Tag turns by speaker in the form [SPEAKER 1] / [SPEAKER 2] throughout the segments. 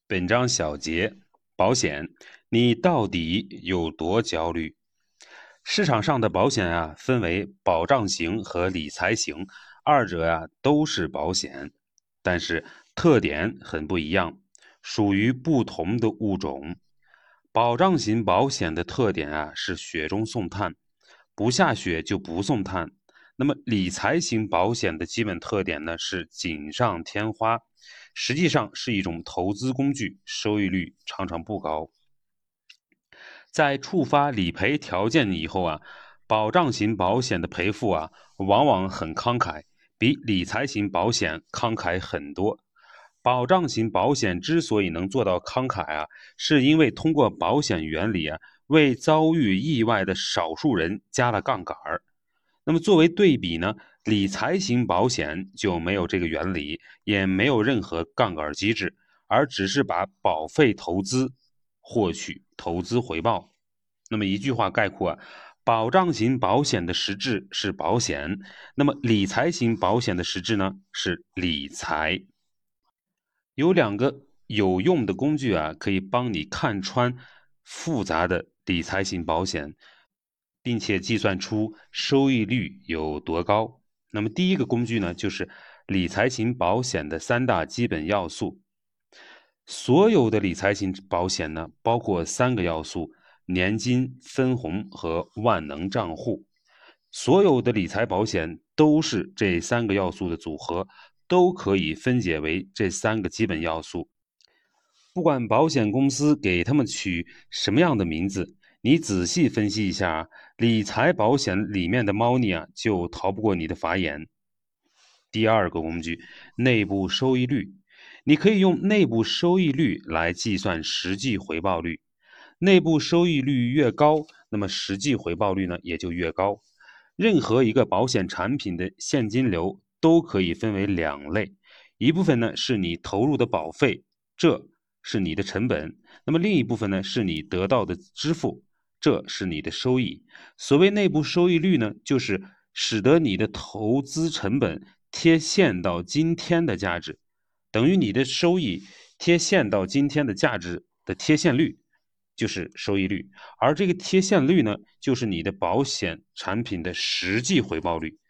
[SPEAKER 1] 本章小结：保险，你到底有多焦虑？市场上的保险啊，分为保障型和理财型，二者啊都是保险，但是特点很不一样，属于不同的物种。保障型保险的特点啊是雪中送炭，不下雪就不送炭。那么理财型保险的基本特点呢是锦上添花，实际上是一种投资工具，收益率常常不高。在触发理赔条件以后啊，保障型保险的赔付啊往往很慷慨，比理财型保险慷慨很多。保障型保险之所以能做到慷慨啊，是因为通过保险原理啊，为遭遇意外的少数人加了杠杆儿。那么作为对比呢，理财型保险就没有这个原理，也没有任何杠杆机制，而只是把保费投资获取投资回报。那么一句话概括啊，保障型保险的实质是保险，那么理财型保险的实质呢是理财。有两个有用的工具啊，可以帮你看穿复杂的理财型保险，并且计算出收益率有多高。那么第一个工具呢，就是理财型保险的三大基本要素。所有的理财型保险呢，包括三个要素：年金、分红和万能账户。所有的理财保险都是这三个要素的组合，都可以分解为这三个基本要素。不管保险公司给他们取什么样的名字，你仔细分析一下，理财保险里面的猫腻啊，就逃不过你的法眼。第二个工具，内部收益率。你可以用内部收益率来计算实际回报率。内部收益率越高，那么实际回报率呢也就越高。任何一个保险产品的现金流都可以分为两类，一部分呢是你投入的保费，这是你的成本，那么另一部分呢是你得到的支付，这是你的收益。所谓内部收益率呢，就是使得你的投资成本贴现到今天的价值，等于你的收益贴现到今天的价值的贴现率，就是收益率。而这个贴现率呢，就是你的保险产品的实际回报率。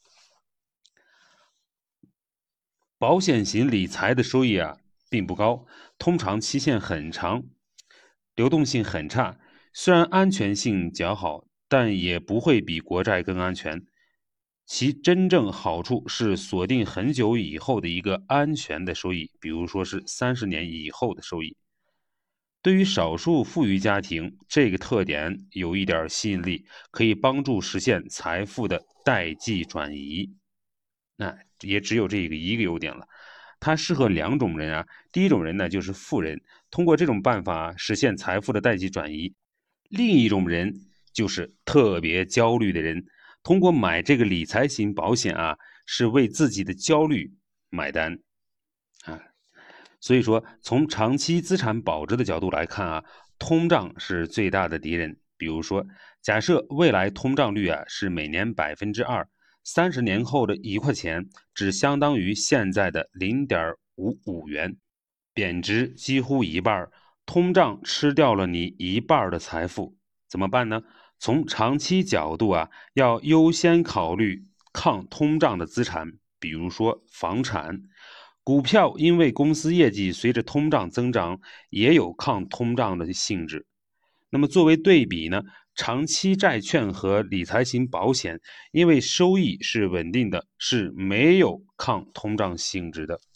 [SPEAKER 1] 保险型理财的收益啊，并不高，通常期限很长，流动性很差。虽然安全性较好，但也不会比国债更安全。其真正好处是锁定很久以后的一个安全的收益，比如说是30年以后的收益。对于少数富裕家庭，这个特点有一点吸引力，可以帮助实现财富的代际转移。那也只有这个一个优点了。它适合两种人啊，第一种人呢就是富人，通过这种办法实现财富的代际转移；另一种人就是特别焦虑的人，通过买这个理财型保险啊，是为自己的焦虑买单啊。所以说，从长期资产保值的角度来看啊，通胀是最大的敌人。比如说，假设未来通胀率啊是每年2%，30年后的1块钱只相当于现在的0.55元，贬值几乎一半，通胀吃掉了你一半的财富，怎么办呢？从长期角度啊，要优先考虑抗通胀的资产，比如说房产。股票因为公司业绩随着通胀增长，也有抗通胀的性质。那么作为对比呢，长期债券和理财型保险，因为收益是稳定的，是没有抗通胀性质的。